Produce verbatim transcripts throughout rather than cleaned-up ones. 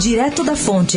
Direto da Fonte.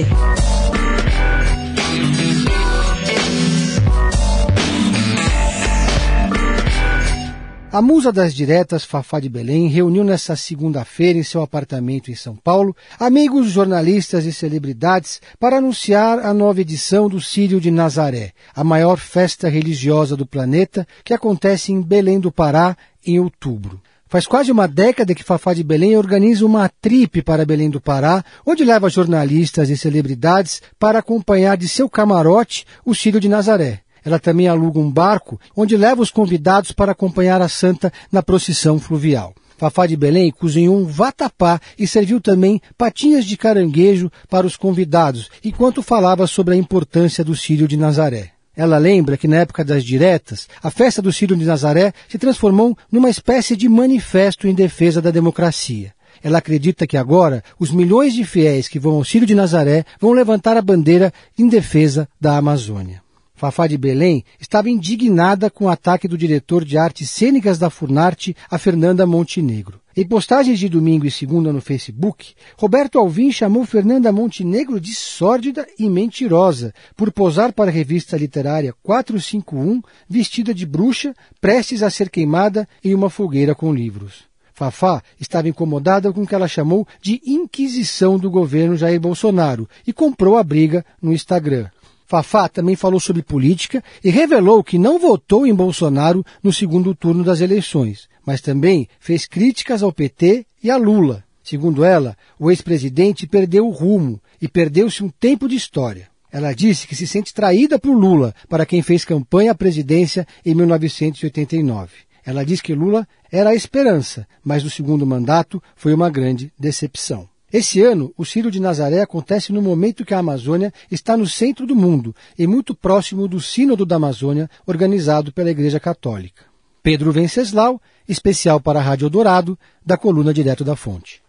A musa das diretas, Fafá de Belém, reuniu nesta segunda-feira em seu apartamento em São Paulo amigos, jornalistas e celebridades para anunciar a nova edição do Círio de Nazaré, a maior festa religiosa do planeta, que acontece em Belém do Pará em outubro. Faz quase uma década que Fafá de Belém organiza uma trip para Belém do Pará, onde leva jornalistas e celebridades para acompanhar de seu camarote o Círio de Nazaré. Ela também aluga um barco, onde leva os convidados para acompanhar a santa na procissão fluvial. Fafá de Belém cozinhou um vatapá e serviu também patinhas de caranguejo para os convidados, enquanto falava sobre a importância do Círio de Nazaré. Ela lembra que na época das diretas, a festa do Círio de Nazaré se transformou numa espécie de manifesto em defesa da democracia. Ela acredita que agora os milhões de fiéis que vão ao Círio de Nazaré vão levantar a bandeira em defesa da Amazônia. Fafá de Belém estava indignada com o ataque do diretor de artes cênicas da Funarte, a Fernanda Montenegro. Em postagens de domingo e segunda no Facebook, Roberto Alvim chamou Fernanda Montenegro de sórdida e mentirosa por posar para a revista literária quatrocentos e cinquenta e um vestida de bruxa, prestes a ser queimada em uma fogueira com livros. Fafá estava incomodada com o que ela chamou de inquisição do governo Jair Bolsonaro e comprou a briga no Instagram. Fafá também falou sobre política e revelou que não votou em Bolsonaro no segundo turno das eleições, mas também fez críticas ao P T e a Lula. Segundo ela, o ex-presidente perdeu o rumo e perdeu-se um tempo de história. Ela disse que se sente traída por Lula, para quem fez campanha à presidência em mil novecentos e oitenta e nove. Ela diz que Lula era a esperança, mas no segundo mandato foi uma grande decepção. Esse ano, o Círio de Nazaré acontece no momento que a Amazônia está no centro do mundo e muito próximo do Sínodo da Amazônia, organizado pela Igreja Católica. Pedro Venceslau, especial para a Rádio Eldorado, da coluna Direto da Fonte.